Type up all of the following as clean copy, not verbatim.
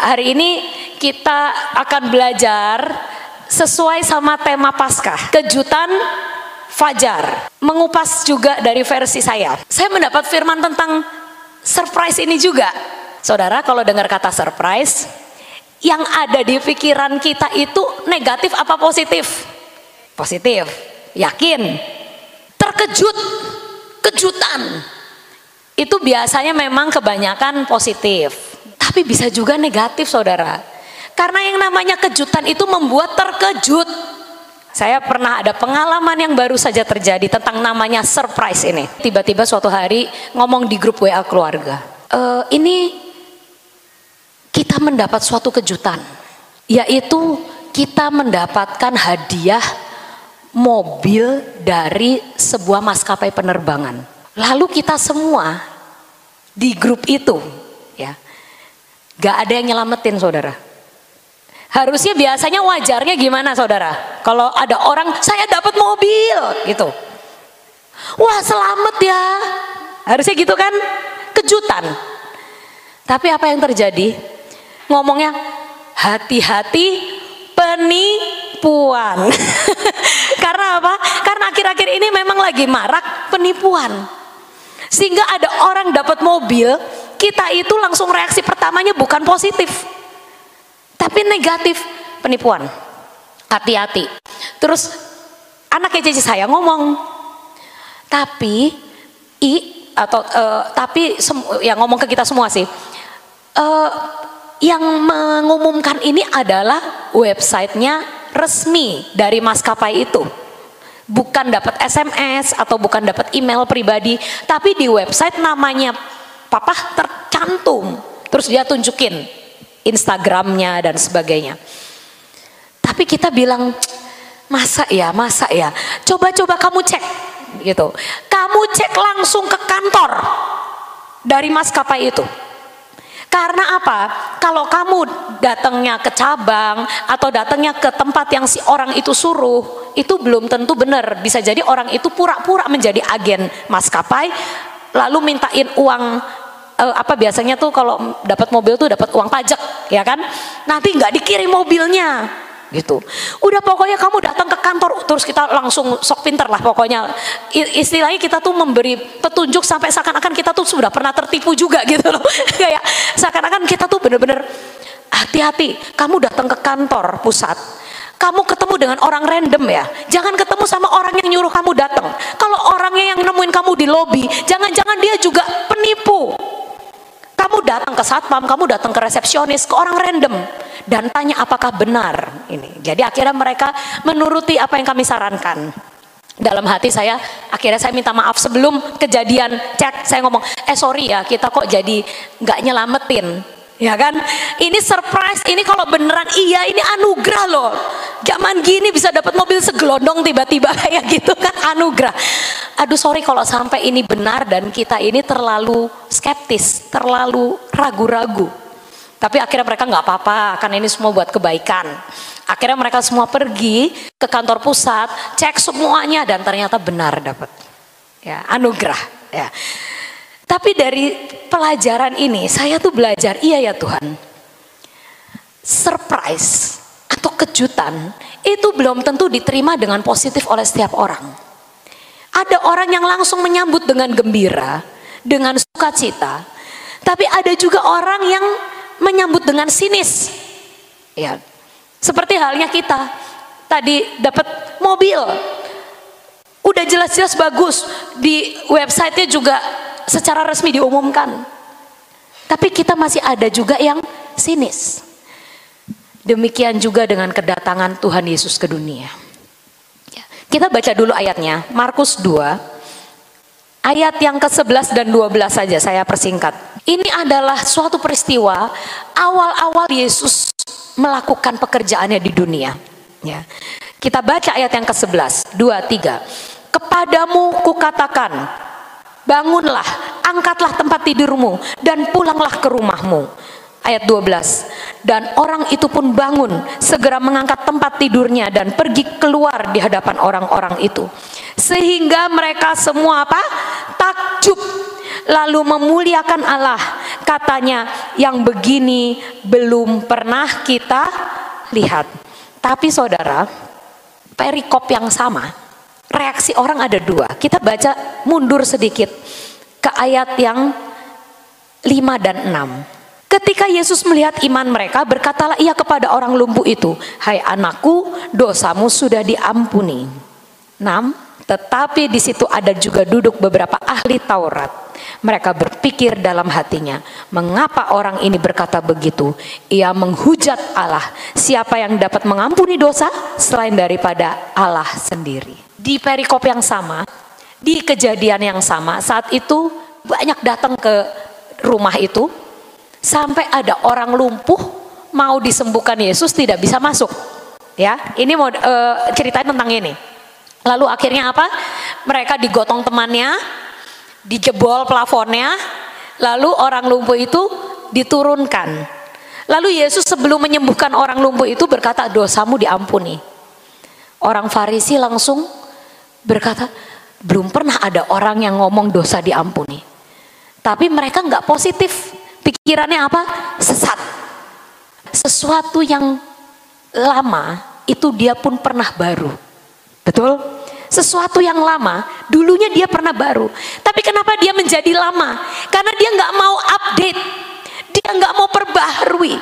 Hari ini kita akan belajar sesuai sama tema Paskah, kejutan Fajar. Mengupas juga dari versi saya. Saya mendapat firman tentang surprise ini juga. Saudara, kalau dengar kata surprise, yang ada di pikiran kita itu negatif apa positif? Positif. Yakin? Terkejut, kejutan. Itu biasanya memang kebanyakan positif. Tapi bisa juga negatif, saudara. Karena yang namanya kejutan itu membuat terkejut. Saya pernah ada pengalaman yang baru saja terjadi tentang namanya surprise ini. Tiba-tiba suatu hari ngomong di grup WA keluarga. Ini kita mendapat suatu kejutan. Yaitu kita mendapatkan hadiah mobil dari sebuah maskapai penerbangan. Lalu kita semua di grup itu, ya, gak ada yang nyelamatin, saudara. Harusnya biasanya wajarnya gimana, saudara? Kalau ada orang, saya dapat mobil, gitu. Wah, selamat ya. Harusnya gitu kan? Kejutan. Tapi apa yang terjadi? Ngomongnya, hati-hati penipuan. Karena apa? Karena akhir-akhir ini memang lagi marak penipuan. Sehingga ada orang dapat mobil, kita itu langsung reaksi pertamanya bukan positif, tapi negatif, penipuan. Hati-hati. Terus anaknya cici saya ngomong, tapi ya ngomong ke kita semua sih. Yang mengumumkan ini adalah websitenya resmi dari maskapai itu. Bukan dapat SMS atau bukan dapat email pribadi, tapi di website namanya papa tercantum. Terus dia tunjukin Instagramnya dan sebagainya. Tapi kita bilang, masa ya, coba kamu cek gitu. Kamu cek langsung ke kantor dari maskapai itu. Karena apa? Kalau kamu datangnya ke cabang atau datangnya ke tempat yang si orang itu suruh, itu belum tentu benar. Bisa jadi orang itu pura-pura menjadi agen maskapai, lalu mintain uang, biasanya tuh kalau dapat mobil tuh dapat uang pajak, ya kan? Nanti nggak dikirim mobilnya, gitu. Udah pokoknya kamu datang ke kantor, terus kita langsung sok pinter lah pokoknya. Istilahnya kita tuh memberi petunjuk sampai seakan-akan kita tuh sudah pernah tertipu juga gitu loh. Kayak seakan-akan kita tuh bener-bener hati-hati. Kamu datang ke kantor pusat, kamu ketemu dengan orang random ya. Jangan ketemu sama orang yang nyuruh kamu datang. Kalau orangnya yang nemuin kamu di lobi, jangan-jangan dia juga penipu. Kamu datang ke satpam, kamu datang ke resepsionis, ke orang random dan tanya apakah benar ini. Jadi akhirnya mereka menuruti apa yang kami sarankan. Dalam hati saya, akhirnya saya minta maaf sebelum kejadian chat. Saya ngomong, sorry ya, kita kok jadi nggak nyelamatin, ya kan? Ini surprise, ini kalau beneran iya, ini anugerah loh. Zaman gini bisa dapat mobil segelondong tiba-tiba kayak gitu kan, anugerah. Aduh sorry kalau sampai ini benar dan kita ini terlalu skeptis, terlalu ragu-ragu. Tapi akhirnya mereka nggak apa-apa, karena ini semua buat kebaikan. Akhirnya mereka semua pergi ke kantor pusat, cek semuanya dan ternyata benar dapat. Ya, anugerah. Ya. Tapi dari pelajaran ini saya tuh belajar, iya ya Tuhan, surprise atau kejutan itu belum tentu diterima dengan positif oleh setiap orang. Ada orang yang langsung menyambut dengan gembira, dengan sukacita. Tapi ada juga orang yang menyambut dengan sinis. Ya, seperti halnya kita tadi dapat mobil, udah jelas-jelas bagus, di websitenya juga secara resmi diumumkan. Tapi kita masih ada juga yang sinis. Demikian juga dengan kedatangan Tuhan Yesus ke dunia. Kita baca dulu ayatnya, Markus 2, ayat yang ke-11 dan 12 saja saya persingkat. Ini adalah suatu peristiwa awal-awal Yesus melakukan pekerjaannya di dunia. Ya. Kita baca ayat yang ke-11, 2, 3. Kepadamu kukatakan, bangunlah, angkatlah tempat tidurmu, dan pulanglah ke rumahmu. Ayat 12. Dan orang itu pun bangun, segera mengangkat tempat tidurnya dan pergi keluar di hadapan orang-orang itu. Sehingga mereka semua apa? Takjub, lalu memuliakan Allah Katanya, yang begini belum pernah kita lihat. Tapi saudara, perikop yang sama, reaksi orang ada dua. Kita baca mundur sedikit ke ayat yang 5 dan 6. Ketika Yesus melihat iman mereka, berkatalah ia kepada orang lumpuh itu, "Hai anakku, dosamu sudah diampuni." 6. Tetapi di situ ada juga duduk beberapa ahli Taurat. Mereka berpikir dalam hatinya, mengapa orang ini berkata begitu? Ia menghujat Allah. Siapa yang dapat mengampuni dosa selain daripada Allah sendiri? Di perikop yang sama, di kejadian yang sama, saat itu banyak datang ke rumah itu, sampai ada orang lumpuh mau disembuhkan Yesus tidak bisa masuk. Ya, ini mau ceritain tentang ini. Lalu akhirnya apa? Mereka digotong temannya, dijebol plafonnya, lalu orang lumpuh itu diturunkan. Lalu Yesus sebelum menyembuhkan orang lumpuh itu berkata, dosamu diampuni. Orang Farisi langsung berkata, belum pernah ada orang yang ngomong dosa diampuni. Tapi mereka nggak positif. Pikirannya apa? Sesat. Sesuatu yang lama itu dia pun pernah baru. Betul? Sesuatu yang lama, dulunya dia pernah baru. Tapi kenapa dia menjadi lama? Karena dia nggak mau update. Dia nggak mau perbaharui.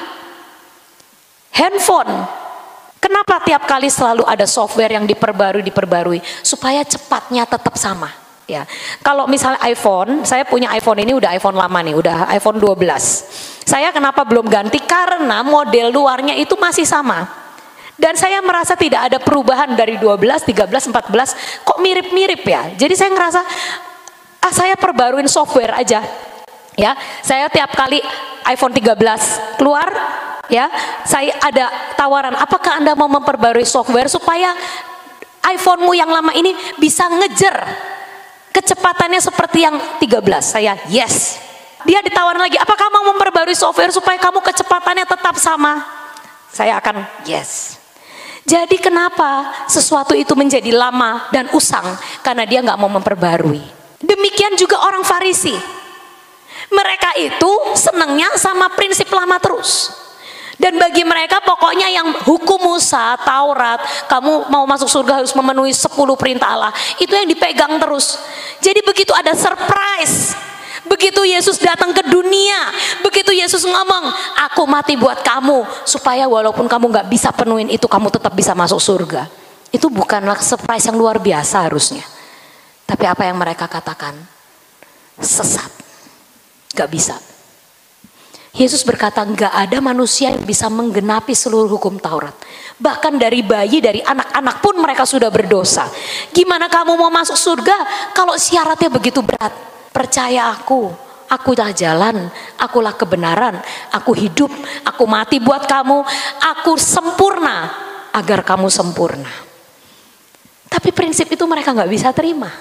Handphone. Kenapa tiap kali selalu ada software yang diperbarui? Supaya cepatnya tetap sama. Ya, kalau misalnya iPhone, saya punya iPhone ini udah iPhone lama nih, udah iPhone 12. Saya kenapa belum ganti? Karena model luarnya itu masih sama. Dan saya merasa tidak ada perubahan dari 12, 13, 14, kok mirip-mirip ya. Jadi saya ngerasa, saya perbaruin software aja. Ya, saya tiap kali iPhone 13 keluar, ya, saya ada tawaran, apakah Anda mau memperbarui software supaya iPhone-mu yang lama ini bisa ngejar kecepatannya seperti yang 13. Saya yes. Dia ditawarin lagi, apakah mau memperbarui software supaya kamu kecepatannya tetap sama? Saya akan yes. Jadi kenapa sesuatu itu menjadi lama dan usang? Karena dia nggak mau memperbarui. Demikian juga orang Farisi. Mereka itu senangnya sama prinsip lama terus. Dan bagi mereka pokoknya yang hukum Musa, Taurat, kamu mau masuk surga harus memenuhi 10 perintah Allah. Itu yang dipegang terus. Jadi begitu ada surprise, begitu Yesus datang ke dunia, begitu Yesus ngomong, aku mati buat kamu, supaya walaupun kamu gak bisa penuhin itu, kamu tetap bisa masuk surga. Itu bukanlah surprise yang luar biasa harusnya. Tapi apa yang mereka katakan? Sesat. Gak bisa. Yesus berkata, gak ada manusia yang bisa menggenapi seluruh hukum Taurat. Bahkan dari bayi, dari anak-anak pun mereka sudah berdosa. Gimana kamu mau masuk surga kalau syaratnya begitu berat? Percaya akulah jalan, akulah kebenaran, aku hidup, aku mati buat kamu, aku sempurna agar kamu sempurna. Tapi prinsip itu mereka gak bisa terima.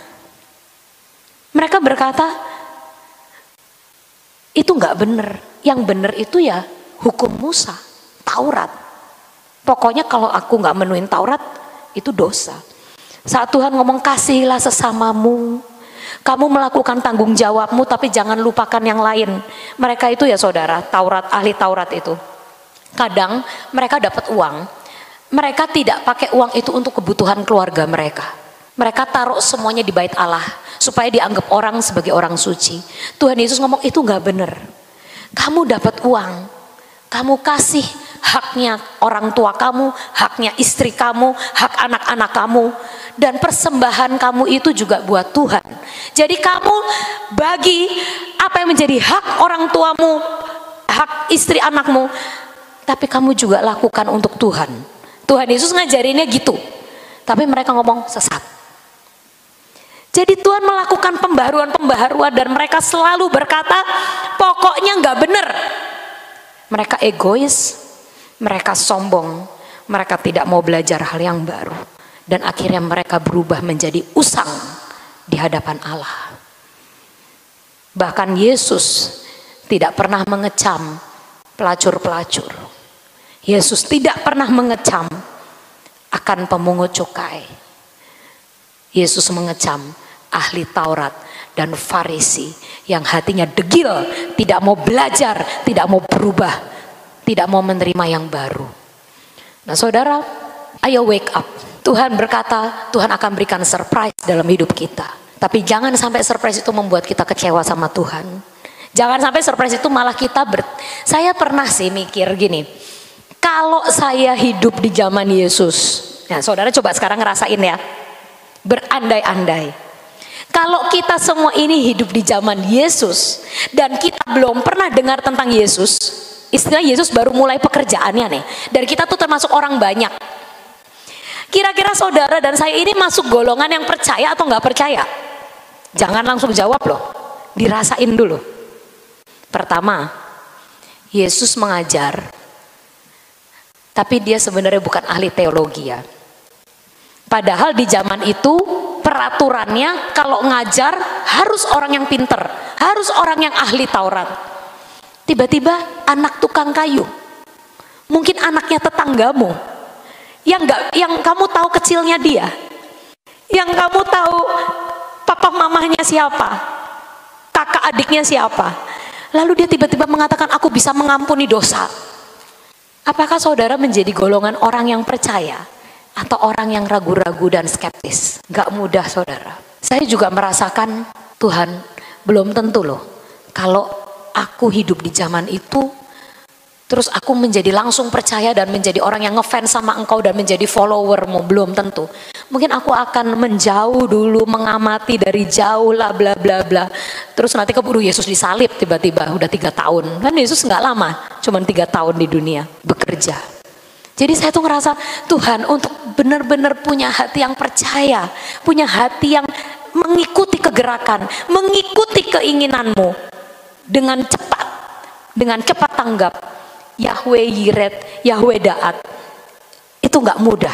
Mereka berkata, itu gak benar. Yang benar itu ya hukum Musa, Taurat. Pokoknya kalau aku gak menuhin Taurat, itu dosa. Saat Tuhan ngomong kasihilah sesamamu, kamu melakukan tanggung jawabmu tapi jangan lupakan yang lain. Mereka itu ya saudara, Taurat, ahli Taurat itu. Kadang mereka dapat uang, mereka tidak pakai uang itu untuk kebutuhan keluarga mereka. Mereka taruh semuanya di bait Allah supaya dianggap orang sebagai orang suci. Tuhan Yesus ngomong itu gak benar. Kamu dapat uang, kamu kasih haknya orang tua kamu, haknya istri kamu, hak anak-anak kamu, dan persembahan kamu itu juga buat Tuhan. Jadi kamu bagi apa yang menjadi hak orang tuamu, hak istri anakmu, tapi kamu juga lakukan untuk Tuhan. Tuhan Yesus ngajarinnya gitu, tapi mereka ngomong sesat. Jadi Tuhan melakukan pembaharuan dan mereka selalu berkata pokoknya nggak benar. Mereka egois, mereka sombong, mereka tidak mau belajar hal yang baru, dan akhirnya mereka berubah menjadi usang di hadapan Allah. Bahkan Yesus tidak pernah mengecam pelacur-pelacur. Yesus tidak pernah mengecam akan pemungut cukai. Yesus mengecam ahli Taurat dan Farisi yang hatinya degil, tidak mau belajar, tidak mau berubah, tidak mau menerima yang baru. Nah saudara, ayo wake up. Tuhan berkata, Tuhan akan berikan surprise dalam hidup kita. Tapi jangan sampai surprise itu membuat kita kecewa sama Tuhan. Jangan sampai surprise itu malah kita Saya pernah sih mikir gini, kalau saya hidup di zaman Yesus, nah saudara coba sekarang ngerasain ya, berandai-andai. Kalau kita semua ini hidup di zaman Yesus dan kita belum pernah dengar tentang Yesus, istilah Yesus baru mulai pekerjaannya nih, dan kita tuh termasuk orang banyak. Kira-kira saudara dan saya ini masuk golongan yang percaya atau nggak percaya? Jangan langsung jawab loh, dirasain dulu. Pertama, Yesus mengajar, tapi dia sebenarnya bukan ahli teologi ya. Padahal di zaman itu peraturannya kalau ngajar harus orang yang pinter, harus orang yang ahli Taurat. Tiba-tiba anak tukang kayu, mungkin anaknya tetanggamu, yang kamu tahu kecilnya dia, yang kamu tahu papa mamahnya siapa, kakak adiknya siapa, lalu dia tiba-tiba mengatakan aku bisa mengampuni dosa. Apakah saudara menjadi golongan orang yang percaya atau orang yang ragu-ragu dan skeptis? Gak mudah saudara. Saya juga merasakan Tuhan belum tentu loh, kalau aku hidup di zaman itu terus aku menjadi langsung percaya dan menjadi orang yang ngefans sama engkau dan menjadi followermu, belum tentu. Mungkin aku akan menjauh dulu, mengamati dari jauh lah bla bla bla. Terus nanti keburu Yesus disalib tiba-tiba udah 3 tahun. Kan Yesus nggak lama, cuma 3 tahun di dunia bekerja. Jadi saya tuh ngerasa Tuhan untuk benar-benar punya hati yang percaya, punya hati yang mengikuti kegerakan, mengikuti keinginanmu dengan cepat tanggap. Yahweh Yiret, Yahweh Da'at, itu nggak mudah.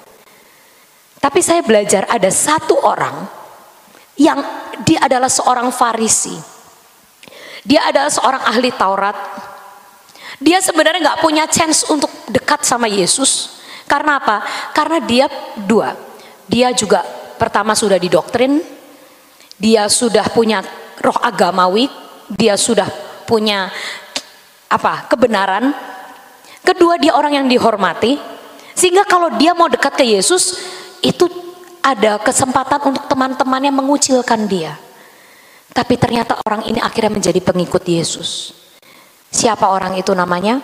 Tapi saya belajar ada satu orang yang dia adalah seorang Farisi, dia adalah seorang ahli Taurat. Dia sebenarnya nggak punya chance untuk dekat sama Yesus. Karena apa? Karena dia dia juga pertama sudah didoktrin, dia sudah punya roh agamawi, dia sudah punya kebenaran. Kedua, dia orang yang dihormati, sehingga kalau dia mau dekat ke Yesus itu ada kesempatan untuk teman-temannya mengucilkan dia. Tapi ternyata orang ini akhirnya menjadi pengikut Yesus. Siapa orang itu namanya?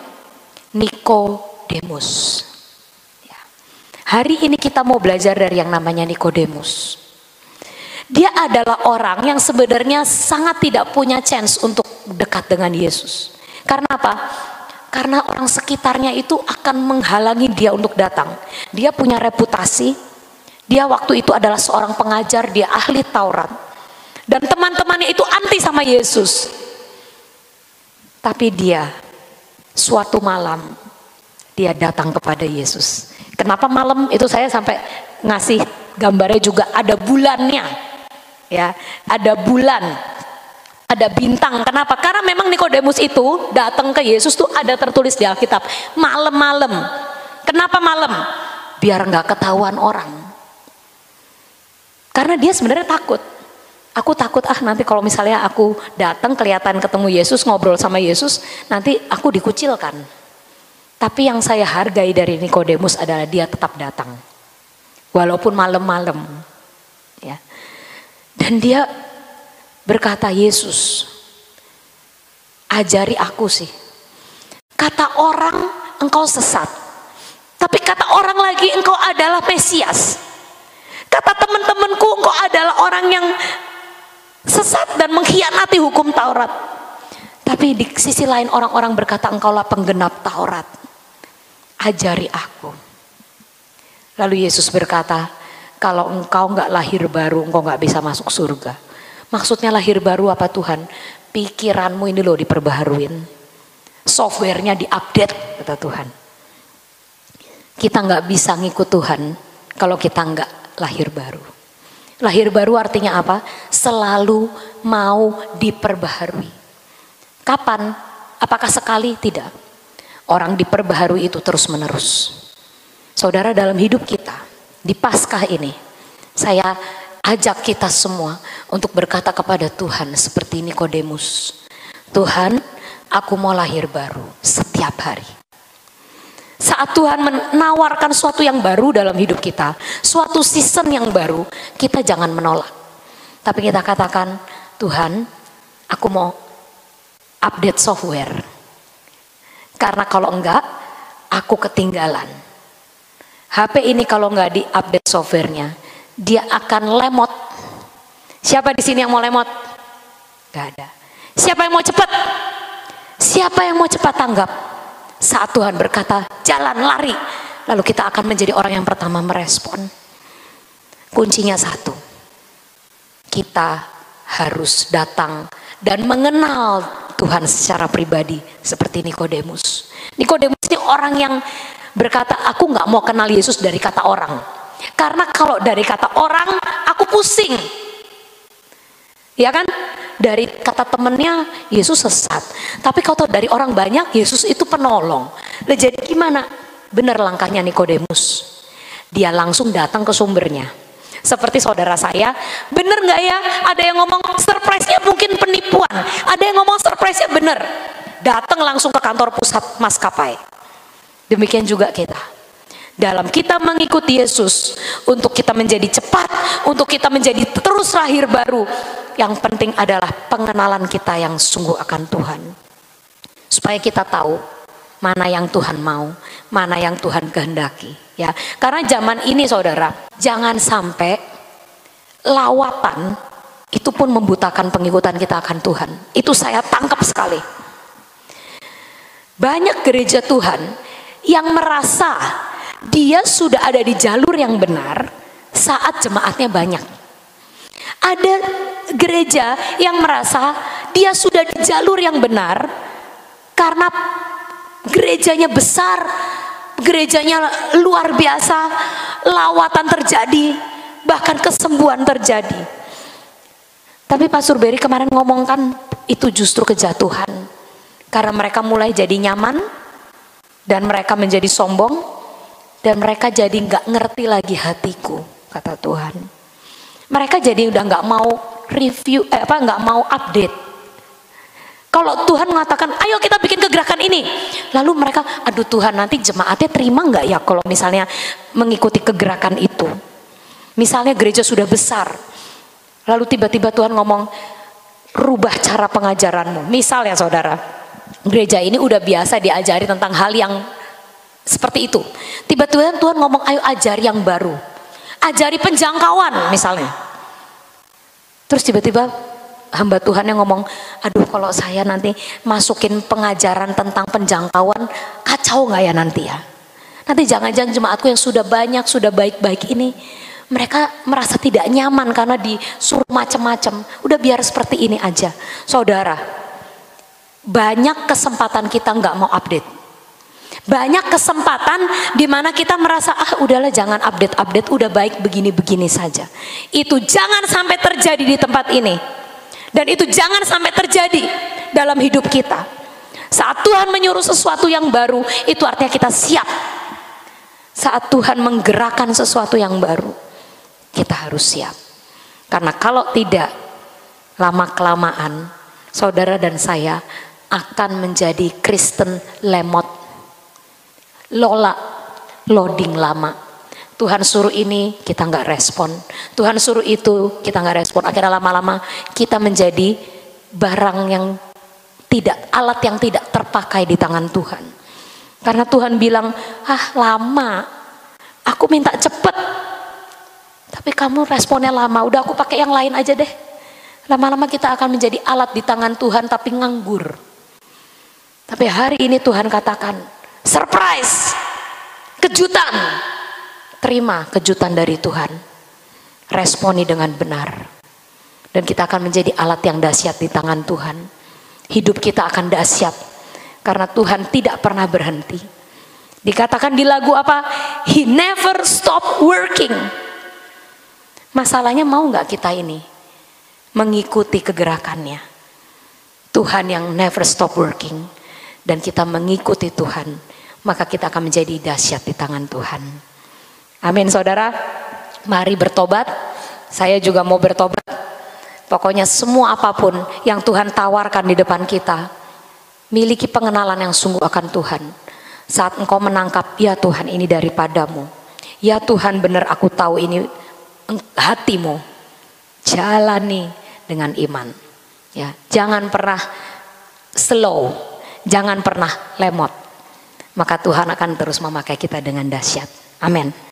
Nikodemus. Ya. Hari ini kita mau belajar dari yang namanya Nikodemus. Dia adalah orang yang sebenarnya sangat tidak punya chance untuk dekat dengan Yesus. Karena apa? Karena orang sekitarnya itu akan menghalangi dia untuk datang. Dia punya reputasi, dia waktu itu adalah seorang pengajar, dia ahli Taurat. Dan teman-temannya itu anti sama Yesus. Tapi dia, suatu malam, dia datang kepada Yesus. Kenapa malam? Itu saya sampai ngasih gambarnya juga, ada bulannya. Ya, ada bulan. Ada bintang. Kenapa? Karena memang Nikodemus itu datang ke Yesus tuh ada tertulis di Alkitab malam-malam. Kenapa malam? Biar nggak ketahuan orang. Karena dia sebenarnya takut. Aku takut nanti kalau misalnya aku datang kelihatan ketemu Yesus, ngobrol sama Yesus, nanti aku dikucilkan. Tapi yang saya hargai dari Nikodemus adalah dia tetap datang, walaupun malam-malam. Ya. Dan dia berkata, Yesus, ajari aku sih. Kata orang engkau sesat, tapi kata orang lagi engkau adalah Mesias. Kata teman-temanku engkau adalah orang yang sesat dan mengkhianati hukum Taurat. Tapi di sisi lain orang-orang berkata engkaulah penggenap Taurat. Ajari aku. Lalu Yesus berkata, kalau engkau nggak lahir baru engkau nggak bisa masuk surga. Maksudnya lahir baru apa Tuhan? Pikiranmu ini loh diperbaharuin, softwarenya diupdate, kata Tuhan. Kita nggak bisa ngikut Tuhan kalau kita nggak lahir baru. Lahir baru artinya apa? Selalu mau diperbaharui. Kapan? Apakah sekali? Tidak. Orang diperbaharui itu terus menerus. Saudara, dalam hidup kita di Paskah ini, saya ajak kita semua untuk berkata kepada Tuhan seperti Nikodemus, Tuhan, aku mau lahir baru setiap hari. Saat Tuhan menawarkan sesuatu yang baru dalam hidup kita, suatu season yang baru, kita jangan menolak. Tapi kita katakan, Tuhan, aku mau update software. Karena kalau enggak, aku ketinggalan. HP ini kalau enggak di-update softwarenya, dia akan lemot. Siapa di sini yang mau lemot? Gak ada. Siapa yang mau cepat? Siapa yang mau cepat tanggap? Saat Tuhan berkata, jalan, lari, lalu kita akan menjadi orang yang pertama merespon. Kuncinya satu, kita harus datang dan mengenal Tuhan secara pribadi seperti Nikodemus. Nikodemus ini orang yang berkata, aku gak mau kenal Yesus dari kata orang. Karena kalau dari kata orang, aku pusing. Ya kan? Dari kata temennya, Yesus sesat. Tapi kalau dari orang banyak, Yesus itu penolong. Nah, jadi gimana? Benar langkahnya Nikodemus. Dia langsung datang ke sumbernya. Seperti saudara saya, benar nggak ya? Ada yang ngomong surprise-nya mungkin penipuan. Ada yang ngomong surprise-nya benar. Datang langsung ke kantor pusat maskapai. Demikian juga kita. Dalam kita mengikuti Yesus, untuk kita menjadi cepat, untuk kita menjadi terus lahir baru, yang penting adalah pengenalan kita yang sungguh akan Tuhan. Supaya kita tahu mana yang Tuhan mau, mana yang Tuhan kehendaki. Ya, karena zaman ini saudara, jangan sampai lawatan itu pun membutakan pengikutan kita akan Tuhan. Itu saya tangkap sekali. Banyak gereja Tuhan yang merasa dia sudah ada di jalur yang benar saat jemaatnya banyak. Ada gereja yang merasa dia sudah di jalur yang benar karena gerejanya besar, gerejanya luar biasa, lawatan terjadi, bahkan kesembuhan terjadi. Tapi Pastor Berry kemarin ngomongkan itu justru kejatuhan, karena mereka mulai jadi nyaman dan mereka menjadi sombong dan mereka jadi nggak ngerti lagi hatiku, kata Tuhan. Mereka jadi udah nggak mau review, nggak mau update. Kalau Tuhan mengatakan, ayo kita bikin kegerakan ini, lalu mereka, aduh Tuhan, nanti jemaatnya terima nggak ya kalau misalnya mengikuti kegerakan itu? Misalnya gereja sudah besar, lalu tiba-tiba Tuhan ngomong, rubah cara pengajaranmu. Misalnya saudara, gereja ini udah biasa diajari tentang hal yang seperti itu. Tiba-tiba Tuhan ngomong, ayo ajari yang baru, ajari penjangkauan misalnya. Terus tiba-tiba hamba Tuhan yang ngomong, aduh kalau saya nanti masukin pengajaran tentang penjangkauan, kacau nggak ya nanti ya? Nanti jangan-jangan jemaatku yang sudah banyak, sudah baik-baik ini, mereka merasa tidak nyaman karena disuruh macam-macam. Udah biar seperti ini aja. Saudara, banyak kesempatan kita nggak mau update. Banyak kesempatan di mana kita merasa, udahlah jangan update-update, udah baik begini-begini saja. Itu jangan sampai terjadi di tempat ini. Dan itu jangan sampai terjadi dalam hidup kita. Saat Tuhan menyuruh sesuatu yang baru, itu artinya kita siap. Saat Tuhan menggerakkan sesuatu yang baru, kita harus siap. Karena kalau tidak, lama-kelamaan saudara dan saya akan menjadi Kristen lemot, loading lama. Tuhan suruh ini, kita nggak respon. Tuhan suruh itu, kita nggak respon. Akhirnya lama-lama kita menjadi barang yang tidak, alat yang tidak terpakai di tangan Tuhan. Karena Tuhan bilang, lama, aku minta cepet, tapi kamu responnya lama. Udah aku pakai yang lain aja deh. Lama-lama kita akan menjadi alat di tangan Tuhan tapi nganggur. Tapi hari ini Tuhan katakan, surprise, kejutan. Terima kejutan dari Tuhan, responi dengan benar, dan kita akan menjadi alat yang dahsyat di tangan Tuhan. Hidup kita akan dahsyat karena Tuhan tidak pernah berhenti. Dikatakan di lagu apa? He never stop working. Masalahnya mau nggak kita ini mengikuti kegerakannya? Tuhan yang never stop working, dan kita mengikuti Tuhan, maka kita akan menjadi dahsyat di tangan Tuhan. Amin saudara, mari bertobat, Saya juga mau bertobat. Pokoknya semua apapun yang Tuhan tawarkan di depan kita, miliki pengenalan yang sungguh akan Tuhan. Saat engkau menangkap, ya Tuhan ini daripadamu, ya Tuhan benar aku tahu ini hatimu, jalani dengan iman. Ya, jangan pernah slow, jangan pernah lemot. Maka Tuhan akan terus memakai kita dengan dahsyat. Amin.